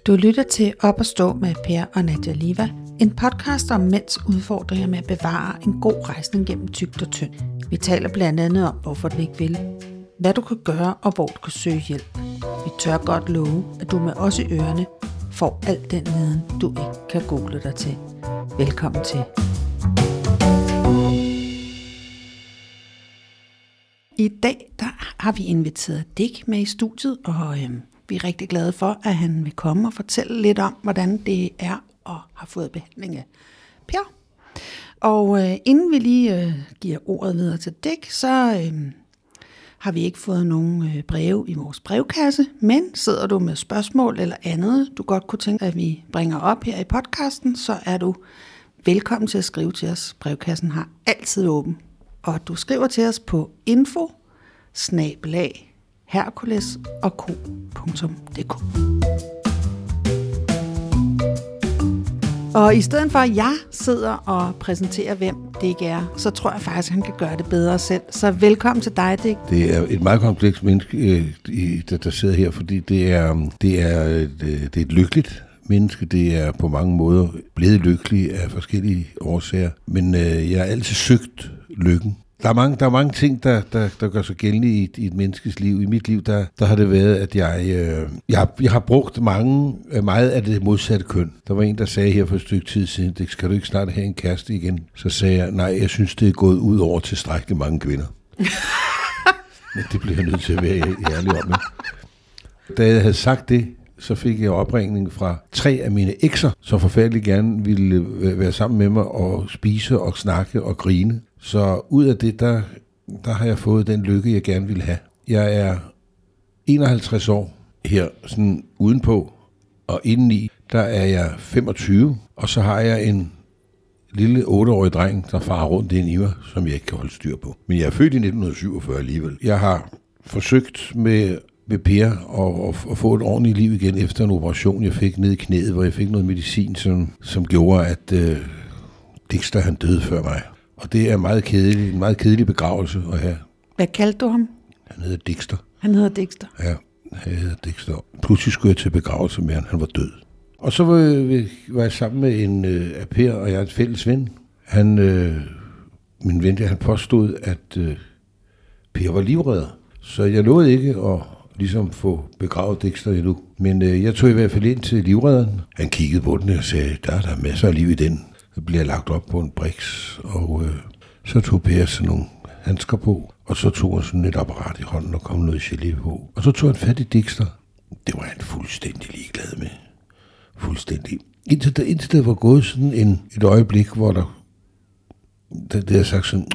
Du lytter til Op at stå med Per og Nadia Liva, en podcast om mænds udfordringer med at bevare en god rejsning gennem tykt og tynd. Vi taler blandt andet om, hvorfor du ikke vil, hvad du kan gøre og hvor du kan søge hjælp. Vi tør godt love, at du med os i ørerne får al den viden, du ikke kan google dig til. Velkommen til. I dag der har vi inviteret Dick med i studiet, og vi er rigtig glade for, at han vil komme og fortælle lidt om, hvordan det er og har fået behandling af Per. Og inden vi lige giver ordet videre til Dick, så har vi ikke fået nogen breve i vores brevkasse, men sidder du med spørgsmål eller andet, du godt kunne tænke, at vi bringer op her i podcasten, så er du velkommen til at skrive til os. Brevkassen har altid åben. Og du skriver til os på info@herkulesogco.dk. Og i stedet for, at jeg sidder og præsenterer, hvem Dick er, så tror jeg faktisk, at han kan gøre det bedre selv. Så velkommen til dig, Dick. Det er et meget komplekst menneske, der sidder her, fordi det er et lykkeligt menneske. Det er på mange måder blevet lykkelig af forskellige årsager. Men jeg har altid søgt lykken. Der er mange ting, der gør sig gældende i et menneskes liv. I mit liv, der har det været, at jeg har brugt meget af det modsatte køn. Der var en, der sagde her for et stykke tid siden, skal du ikke snart have en kæreste igen? Så sagde jeg, nej, jeg synes, det er gået ud over tilstrækkeligt mange kvinder. Men det bliver jeg nødt til at være ærlig om. Da jeg havde sagt det, så fik jeg opringning fra 3 af mine ekser, som forfærdeligt gerne ville være sammen med mig og spise og snakke og grine. Så ud af det, der har jeg fået den lykke, jeg gerne ville have. Jeg er 51 år her, sådan udenpå, og indeni, der er jeg 25, og så har jeg en lille 8-årig dreng, der farer rundt ind i mig, som jeg ikke kan holde styr på. Men jeg er født i 1947 alligevel. Jeg har forsøgt med Per og få et ordentligt liv igen efter en operation, jeg fik ned i knæet, hvor jeg fik noget medicin, som gjorde, at Dexter han døde før mig. Og det er en meget kedelig begravelse at have. Hvad kaldte du ham? Han hedder Dexter. Han hedder Dexter? Ja, han hedder Dexter. Pludselig skulle jeg til begravelse med han var død. Og så var jeg sammen med en af Per, og jeg er en fælles ven. Min ven, han påstod, at Per var livredder. Så jeg nåede ikke at ligesom få begravet Dexter endnu. Men jeg tog i hvert fald ind til livredderen. Han kiggede på den og sagde, der er masser af liv i den. Så bliver lagt op på en briks, og så tog Per sådan nogle handsker på, og så tog han sådan et apparat i hånden og kom noget gelé på. Og så tog han fat i Dexter. Det var han fuldstændig ligeglad med. Fuldstændig. Indtil der var gået sådan et øjeblik, hvor der havde sagt sådan.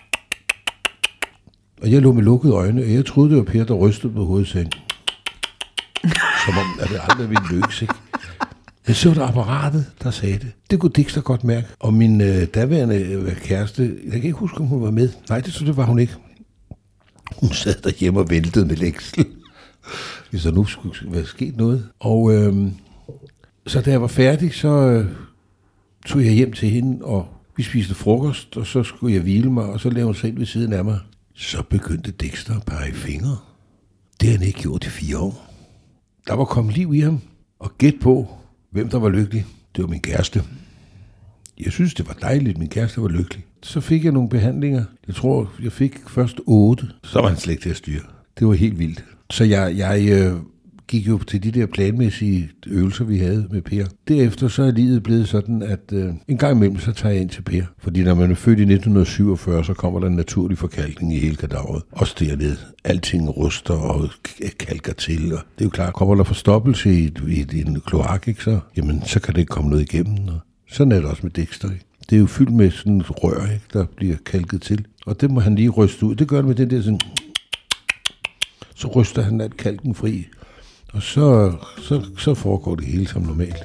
Og jeg lå med lukkede øjne, og jeg troede, det var Per, der rystede på hovedet, sagde, som om, at det aldrig ville lykkes, ikke? Men så var det apparatet, der sagde det. Det kunne Dexter godt mærke. Og min daværende kæreste, jeg kan ikke huske, om hun var med. Nej, det var hun ikke. Hun sad derhjemme og væltede med længsel. Hvis der nu skulle være sket noget. Og så da jeg var færdig, så tog jeg hjem til hende, og vi spiste frokost, og så skulle jeg hvile mig, og så lavede hun sig ind ved siden af mig. Så begyndte Dexter at pege fingre. Det har han ikke gjort i 4 år. Der var kommet liv i ham, og gæt på, hvem der var lykkelig. Det var min kæreste. Jeg synes, det var dejligt, at min kæreste var lykkelig. Så fik jeg nogle behandlinger. Jeg tror, jeg fik først 8. Så var han slet ikke til at styre. Det var helt vildt. Så jeg gik jo til de der planmæssige øvelser, vi havde med Per. Derefter så er livet blevet sådan, at en gang imellem, så tager jeg ind til Per. Fordi når man er født i 1947, så kommer der en naturlig forkalkning i hele kadaveret. Også dernede. Alting ruster og kalker til. Og det er jo klart, kommer der forstoppelse i en kloak, ikke så? Jamen, så kan det ikke komme noget igennem. Og sådan er det også med Dexter, ikke? Det er jo fyldt med sådan et rør, ikke, der bliver kalket til. Og det må han lige ryste ud. Det gør han med den der sådan. Så ryster han alt kalken fri. Og så foregår det hele som normalt.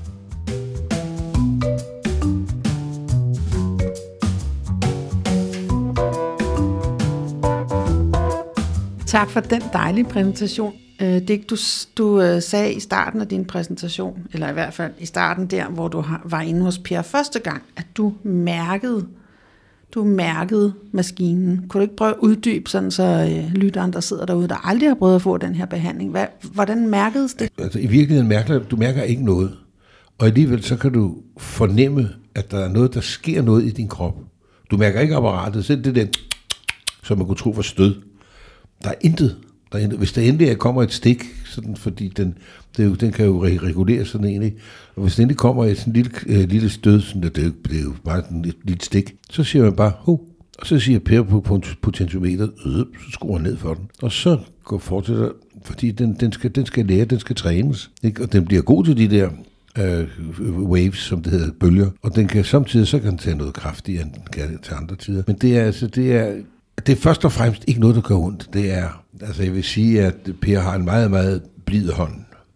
Tak for den dejlige præsentation. Dick, du sagde i starten af din præsentation, eller i hvert fald i starten der, hvor du var inde hos Per første gang, at du mærkede du mærkede maskinen. Kunne du ikke prøve at uddybe, sådan så lytteren, der sidder derude, der aldrig har prøvet at få den her behandling? Hvordan mærkedes det? Altså, i virkeligheden du mærker ikke noget. Og alligevel så kan du fornemme, at der er noget, der sker noget i din krop. Du mærker ikke apparatet, selv det der, som man kunne tro var stød. Der er intet. Hvis der endelig kommer et stik, sådan, fordi den kan jo regulere sådan egentlig, og hvis der endelig kommer et sådan lille stød, sådan, det er jo bare et lille stik, så siger man bare, og så siger Per på potentiometeret, så skruer han ned for den, og så fortsætter, fordi den skal lære, den skal trænes, ikke? Og den bliver god til de der waves, som det hedder, bølger, og den kan samtidig, så kan den tage noget kraftigere, end den kan til andre tider. Men det er først og fremmest ikke noget, der gør ondt. Det er, altså jeg vil sige, at Per har en meget, meget blid hånd.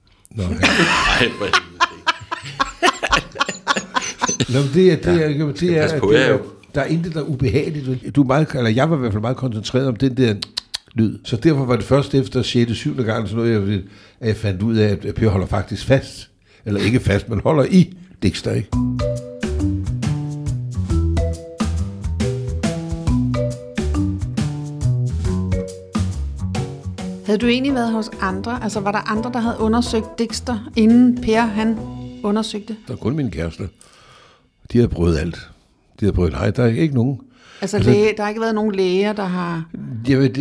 Der er intet, der er ubehageligt. Jeg var i hvert fald meget koncentreret om den der lyd. Så derfor var det først efter 6. 7. gang, sådan noget, at jeg fandt ud af, at Per holder faktisk fast. Eller ikke fast, men holder i Dexter, ikke? Havde du egentlig været hos andre? Altså var der andre, der havde undersøgt Dexter, inden Per han undersøgte? Der er kun mine kærester. De havde prøvet alt. Nej, der er ikke nogen. Altså der har ikke været nogen læger, der har... Jamen,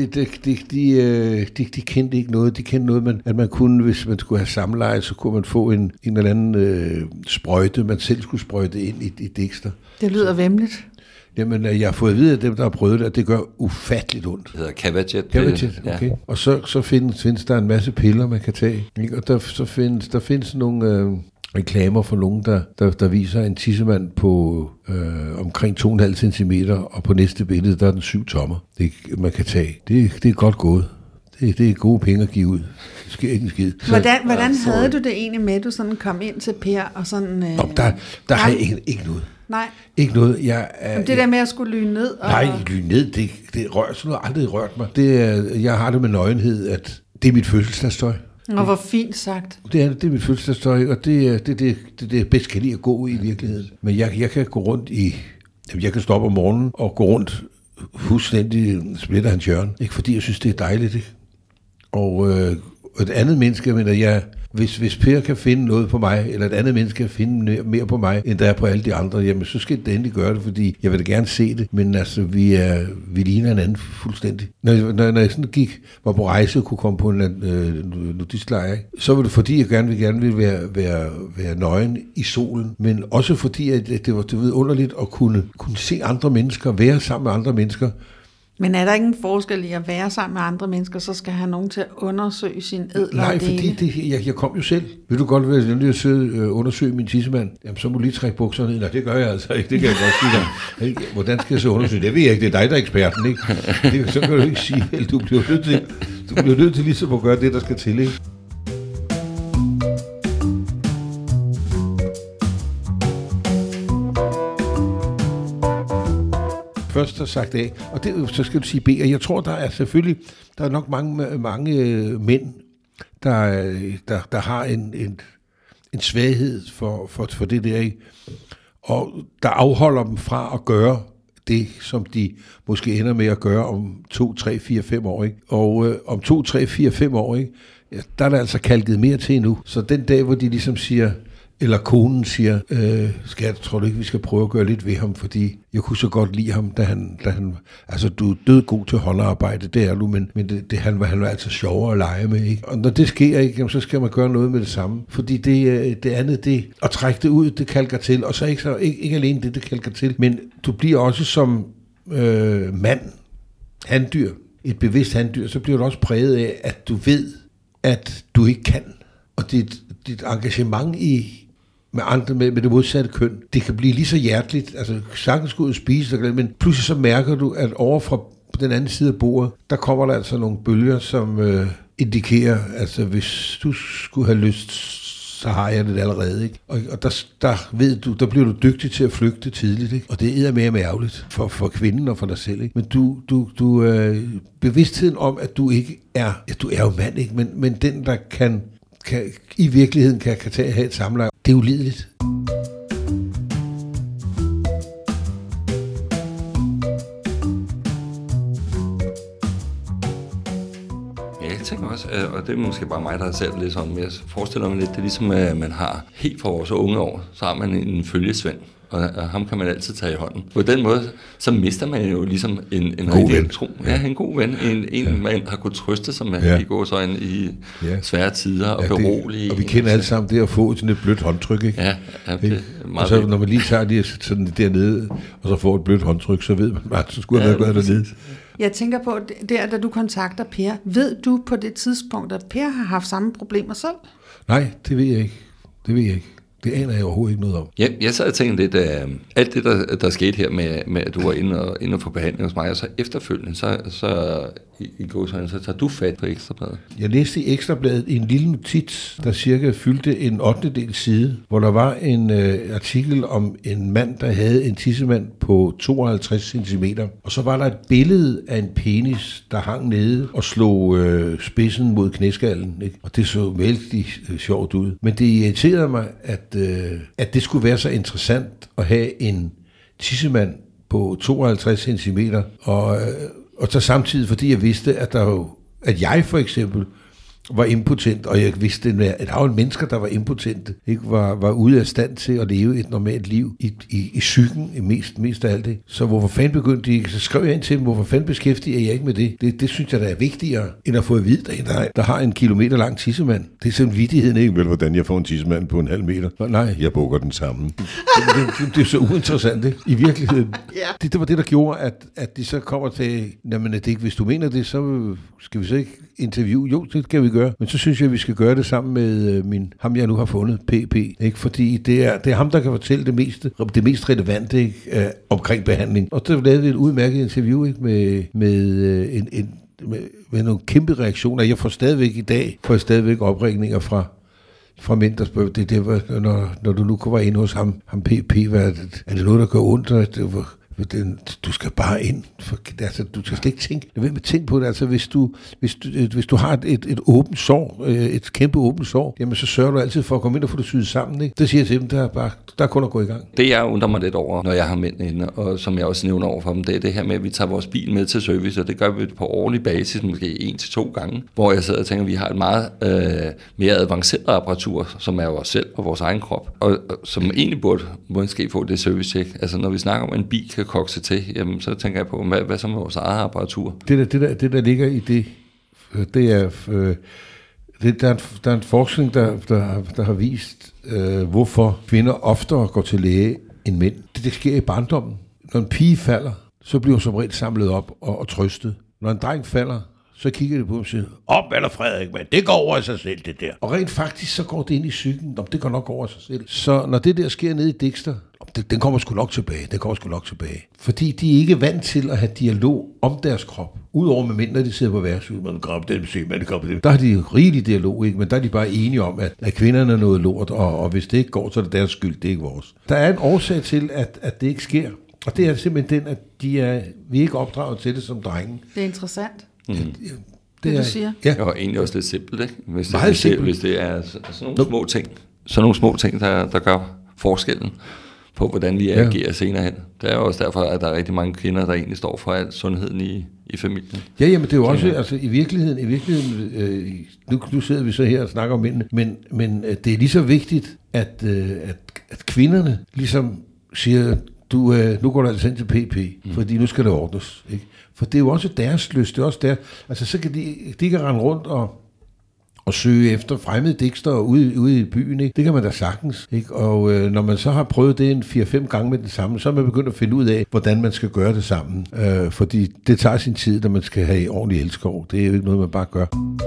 de kendte ikke noget. De kendte noget, at man kunne, hvis man skulle have samleje, så kunne man få en eller anden sprøjte, man selv skulle sprøjte ind i Dexter. Det lyder væmmeligt. Jamen, jeg har fået at vide af dem, der har prøvet det, at det gør ufatteligt ondt. Det hedder Cavajet. Okay. Ja. Og så findes der en masse piller, man kan tage. Ikke? Og der findes nogle reklamer for nogen, der viser en tissemand på omkring 2,5 cm, og på næste billede, der er den 7 tommer. Man kan tage. Det er godt gået. Det er gode penge at give ud. Det sker ikke en skid. Hvordan havde du det egentlig med, at du sådan kom ind til Per og sådan... Der har jeg ikke noget. Nej. Ikke noget. Det der med at skulle lyne ned? Nej, lyne ned, det rører sådan noget, aldrig rørt mig. Jeg har det med nøgenhed, at det er mit fødselsdagstøj. Og hvor fint sagt. Det er mit fødselsdagstøj, og det er det bedst kan lide at gå i virkeligheden. Men jeg kan gå rundt jeg kan stoppe om morgenen og gå rundt fuldstændig splitter hans hjørne. Ikke fordi jeg synes, det er dejligt, ikke? Og et andet menneske, hvis Per kan finde noget på mig, eller et andet menneske kan finde mere på mig, end der er på alle de andre, jamen så skal det endelig gøre det, fordi jeg vil da gerne se det, men altså, vi ligner hinanden fuldstændig. Når jeg sådan var på rejse og kunne komme på en nudistlejr, så var det fordi, jeg gerne ville være nøgen i solen, men også fordi, at det var underligt at kunne se andre mennesker, være sammen med andre mennesker. Men er der ikke en forskel i at være sammen med andre mennesker, så skal have nogen til at undersøge sin ædler? Nej, fordi jeg kom jo selv. Vil du godt være nødt til at undersøge min tissemand? Jamen, så må du lige trække bukserne ned. Nej, det gør jeg altså ikke. Det kan jeg godt sige dig. Hvordan skal jeg så undersøge? Det ved jeg ikke. Det er dig, der er eksperten, ikke? Så kan du ikke sige, vel, du bliver nødt til ligesom at gøre det, der skal til, ikke? Først har sagt A, og så skal du sige B, og jeg tror, der er nok mange mænd, der har en svaghed for det der, ikke? Og der afholder dem fra at gøre det, som de måske ender med at gøre om 2, 3, 4, 5 år, ikke? Og om 2, 3, 4, 5 år, ikke? Ja, der er der altså kalket mere til nu. Så den dag, hvor de ligesom siger, eller konen siger, skat, tror du ikke, vi skal prøve at gøre lidt ved ham, fordi jeg kunne så godt lide ham, da han altså du er død god til håndarbejde, det er du, men han var altså sjovere at lege med, ikke? Og når det sker, ikke, jamen, så skal man gøre noget med det samme, fordi det andet, det at trække det ud, det kalker til, og så ikke alene det kalker til, men du bliver også som mand, handdyr, et bevidst handdyr, så bliver du også præget af, at du ved, at du ikke kan, og dit engagement med andre, med det modsatte køn, det kan blive lige så hjerteligt, altså sagtens skulle ud spise, men pludselig så mærker du, at over fra den anden side af bordet, der kommer der altså nogle bølger, som indikerer, altså hvis du skulle have lyst, så har jeg det allerede, ikke? Og der ved du, der bliver du dygtig til at flygte tidligt, ikke? Og det er mere ærgerligt for kvinden og for dig selv, ikke? Men du bevidstheden om, at du ikke er, ja, du er jo mand, ikke? Men den, der kan i virkeligheden kan have et samleje, det er ulideligt. tænker også, og det er måske bare mig, der har selv lidt sådan, men jeg forestiller mig lidt, det er ligesom, at man har helt fra vores unge år, så har man en følgesvend, og ham kan man altid tage i hånden. På den måde, så mister man jo ligesom en god ven. Tro. Ja, en god ven. En man har kunnet trøste sig med i gåseøjne i svære tider og berolige. Og vi kender alle sammen det at få sådan et blødt håndtryk, ikke? Ja, det er meget og så når man lige tager det sådan dernede, og så får et blødt håndtryk, så ved man bare, så skulle have været dernede. Jeg tænker på, der da du kontakter Per, ved du på det tidspunkt, at Per har haft samme problemer selv? Nej, det ved jeg ikke. Det aner jeg overhovedet ikke noget om. Ja, jeg så tænkte lidt, alt det, der skete her med at du var inde og få behandling hos mig, og så efterfølgende, så tager du fat på Ekstrabladet. Jeg læste i Ekstrabladet en lille notits, der cirka fyldte en 8. side, hvor der var en artikel om en mand, der havde en tissemand på 52 cm. Og så var der et billede af en penis, der hang nede og slog spidsen mod knæskallen. Ikke? Og det så vældig sjovt ud. Men det irriterede mig, at det skulle være så interessant at have en tissemand på 52 cm, og så samtidig, fordi jeg vidste, at jeg for eksempel var impotent, og jeg vidste, at der var mennesker, der var impotente, ikke var ude af stand til at leve et normalt liv i psyken, mest af alt det. Så hvorfor fanden begyndte de ikke? Så skrev jeg ind til dem, hvorfor fanden beskæftiger jeg ikke med det? Det synes jeg, der er vigtigere, end at få at vide, der har en kilometer lang tissemand. Det er sådan vittigheden, ikke? Vel, hvordan jeg får en tissemand på en halv meter? Nej, jeg bukker den sammen. Det er så uinteressant, ikke? I virkeligheden. Det var det, der gjorde, at de så kommer til, jamen, det ikke, hvis du mener det, så skal vi så ikke interview. Jo, det kan vi gøre. Men så synes jeg, at vi skal gøre det sammen med ham, jeg nu har fundet, PP. Ikke? Fordi det er ham, der kan fortælle det mest relevante, ikke? Omkring behandling. Og så lavede vi et udmærket interview, ikke? Med nogle kæmpe reaktioner. Jeg får stadigvæk opringninger fra mænd, der spørger, det var, når du nu kommer ind hos ham PP, er det noget, der gør ondt? Du skal bare ind. Du skal slet ikke tænke. Jeg vil tænke på det. Altså, hvis du har et åbent sår, et kæmpe åbent sår, jamen så sørger du altid for at komme ind og få det syet sammen. Ikke? Det siger jeg til dem, der er kun at gå i gang. Det jeg undrer mig lidt over, når jeg har mænd inde, og som jeg også nævner over for dem, det er det her med, at vi tager vores bil med til service, og det gør vi på årlig basis, måske 1 til 2 gange, hvor jeg sidder og tænker, at vi har et meget mere avanceret apparatur, som er os selv og vores egen krop, og som egentlig burde måske få det service-check. Altså når vi snakker om, en bil kan kokse til, jamen, så tænker jeg på, hvad så med vores eget apparatur? Det der ligger i det er, der er en forskning, der har vist, hvorfor kvinder oftere går til læge end mænd. Det sker i barndommen. Når en pige falder, så bliver hun som regel samlet op og trøstet. Når en dreng falder, så kigger de på ham og siger, eller Frederik, men det går over af sig selv, det der. Og rent faktisk, så går det ind i psyken. Det går nok over af sig selv. Så når det der sker nede i Dexter, den kommer sgu nok tilbage. Fordi de er ikke vant til at have dialog om deres krop. Udover med mænd, når de sidder på værtshus, man krop, der har de rigelig dialog, ikke? Men der er de bare enige om, at kvinderne er noget lort, og hvis det ikke går, så er det deres skyld, det er ikke vores. Der er en årsag til, at det ikke sker. Og det er simpelthen den, at vi er ikke opdraget til det som drenge. Det er interessant. Det du siger. Ja. Og egentlig også lidt simpelt, ikke? Hvis det er sådan nogle små ting, der gør forskellen på, hvordan vi agerer senere hen. Det er jo også derfor, at der er rigtig mange kvinder, der egentlig står for al sundheden i familien. Ja, jamen det er jo også, altså i virkeligheden, nu sidder vi så her og snakker om mændene, men det er lige så vigtigt, at kvinderne ligesom siger, nu går du altså ind til PP, fordi nu skal det ordnes, ikke? For det er jo også deres lyst, det er også der. Altså så kan de kan rende rundt og søge efter fremmede Dexter ude i byen, ikke? Det kan man da sagtens, ikke? Og når man så har prøvet det en 4-5 gange med den samme, så er man begyndt at finde ud af, hvordan man skal gøre det sammen. Fordi det tager sin tid, når man skal have ordentlig elskov. Det er jo ikke noget, man bare gør.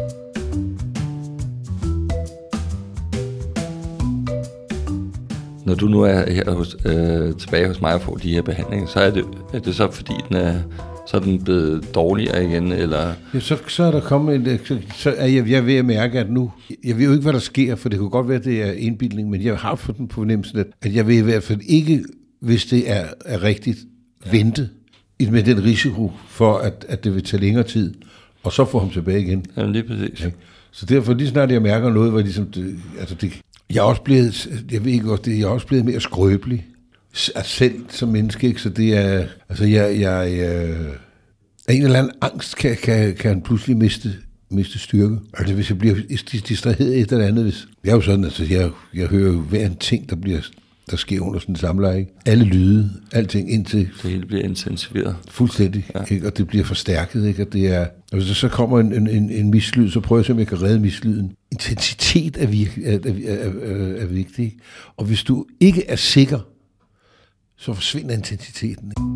Når du nu er her tilbage hos mig og får de her behandlinger, så er det så fordi så er den blevet dårligere igen, eller? Ja, så er der kommet så er jeg ved at mærke, at nu, jeg ved jo ikke, hvad der sker, for det kunne godt være, at det er indbildning, men jeg har fået den på fornemmelsen, at jeg vil i hvert fald ikke, hvis det er rigtigt, vente med den risiko for, at det vil tage længere tid, og så få ham tilbage igen. Ja, lige præcis. Ja. Så derfor lige snart jeg mærker noget, hvor ligesom jeg er også blevet mere skrøbelig selv som menneske, ikke? Så det er, altså jeg af en eller anden angst kan han pludselig miste styrke. Altså hvis jeg bliver distraheret et eller andet, hvis... Jeg er jo sådan, altså jeg hører jo hver en ting, der sker under sådan en samleje, ikke? Alle lyde, alting indtil... Det hele bliver intensiveret. Fuldstændig, ja. Ikke? Og det bliver forstærket, ikke? Og det er... Og hvis der så kommer en mislyd, så prøver jeg simpelthen, at jeg kan redde mislyden. Intensitet er vigtig, ikke? Og hvis du ikke er sikker, så forsvinder intensiteten, ikke?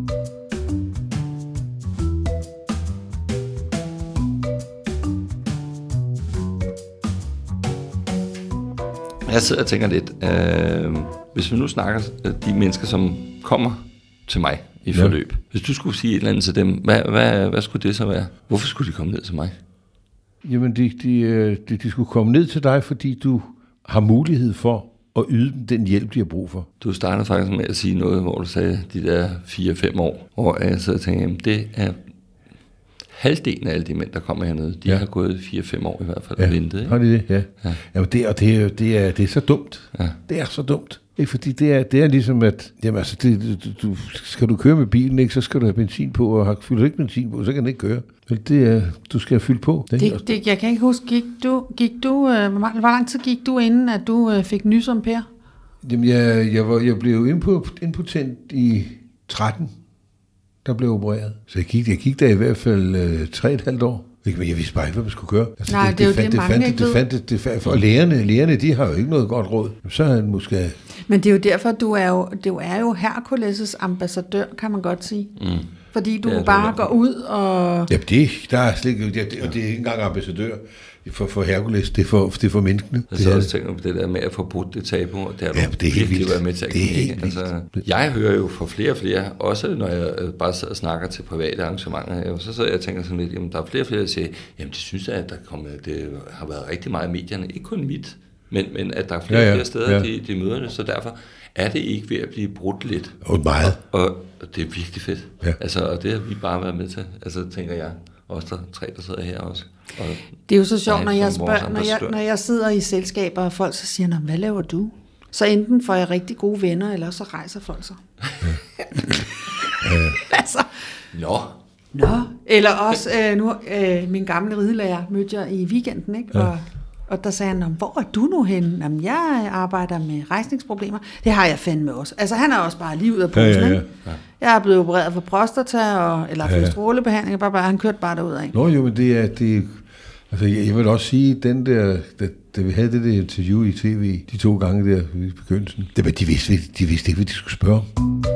Jeg sidder og tænker lidt, hvis vi nu snakker de mennesker, som kommer til mig i forløb. Hvis du skulle sige et eller andet til dem, hvad skulle det så være? Hvorfor skulle de komme ned til mig? Jamen, de skulle komme ned til dig, fordi du har mulighed for at yde dem den hjælp, de har brug for. Du startede faktisk med at sige noget, hvor du sagde de der 4-5 år, hvor jeg sidder og tænker, jamen det er halvdelen af alle de mænd, der kommer hernede, de har gået 4-5 år i hvert fald og ventet. Har de det? Ja. Jamen det er så dumt. Ja. Det er så dumt. Ikke? Fordi det er ligesom, at jamen, altså, skal du køre med bilen, ikke, så skal du have benzin på, og fylder du ikke benzin på, så kan den ikke køre. Du skal have fyldt på. Jeg kan ikke huske, hvor lang tid gik du, inden at du fik nys om Per? Jamen, jeg blev impotent i 13. Der blev opereret. Så jeg gik der i hvert fald 3,5 år. Men jeg vidste bare ikke, hvad man skulle gøre. Altså, nej, det er jo det, mange ikke ved. Og lægerne, de har jo ikke noget godt råd. Så er han måske... Men det er jo derfor, du er jo Hercules' ambassadør, kan man godt sige. Mm. Fordi du bare går ud og... Ja, der er slet ikke... Det er ikke engang ambassadør for Hercules, det er for menneskene. Jeg så også tænker på det der med at få brudt det tabu, og det har du virkelig været med til at knække. Altså, jeg hører jo fra flere og flere, også når jeg bare sidder og snakker til private arrangementer, så sidder jeg og tænker sådan lidt, jamen der er flere og flere, der siger, jamen de synes at det har været rigtig meget i medierne, ikke kun mit, men at der er flere og flere steder, de møder det, så derfor er det ikke ved at blive brudt lidt. Og meget. Og det er virkelig fedt. Ja. Altså, og det har vi bare været med til, altså tænker jeg, også der 3, der sidder her også. Og det er jo så sjovt, når jeg spørger, når jeg sidder i selskaber, og folk så siger, hvad laver du? Så enten får jeg rigtig gode venner, eller så rejser folk sig. Altså. Nå. Eller også, min gamle ridelærer mødte jeg i weekenden, ikke? Ja. Og der sagde han, hvor er du nu henne? Jamen, jeg arbejder med rejsningsproblemer. Det har jeg fandme også. Altså, han er også bare lige ud af posen, ikke? Ja. Jeg er blevet opereret for prostata, eller for strålebehandling, han kørte bare derudad. Nå jo, men det altså, jeg vil også sige, den der, da vi havde det der interview i tv, de 2 gange der i begyndelsen, de vidste ikke, hvad de skulle spørge om.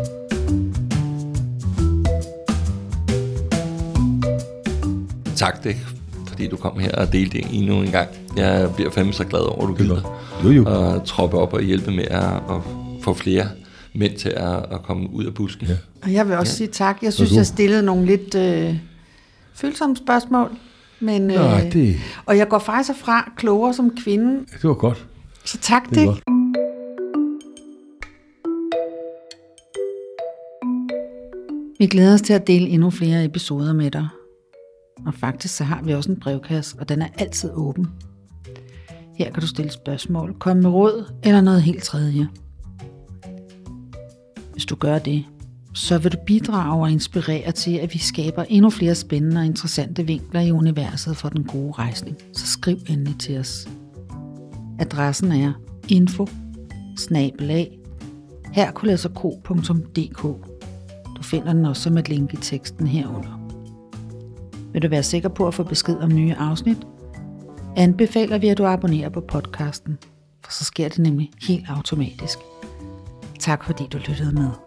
Tak, det fordi du kom her og delte det endnu en gang. Jeg bliver fandme så glad over, at du gider at troppe op og hjælpe med at få flere mænd til at komme ud af busken. Ja. Og jeg vil også sige tak. Jeg synes, jeg stillede nogle lidt følsomme spørgsmål. Men, og jeg går faktisk fra klogere som kvinde. Ja, det var godt. Så tak, Dick. Vi glæder os til at dele endnu flere episoder med dig. Og faktisk så har vi også en brevkasse, og den er altid åben. Her kan du stille spørgsmål, komme med råd eller noget helt tredje. Hvis du gør det, så vil du bidrage og inspirere til, at vi skaber endnu flere spændende og interessante vinkler i universet for den gode rejsning. Så skriv endelig til os. Adressen er info@herkulesogco.dk. Du finder den også som et link i teksten herunder. Vil du være sikker på at få besked om nye afsnit? Anbefaler vi, at du abonnerer på podcasten, for så sker det nemlig helt automatisk. Tak fordi du lyttede med.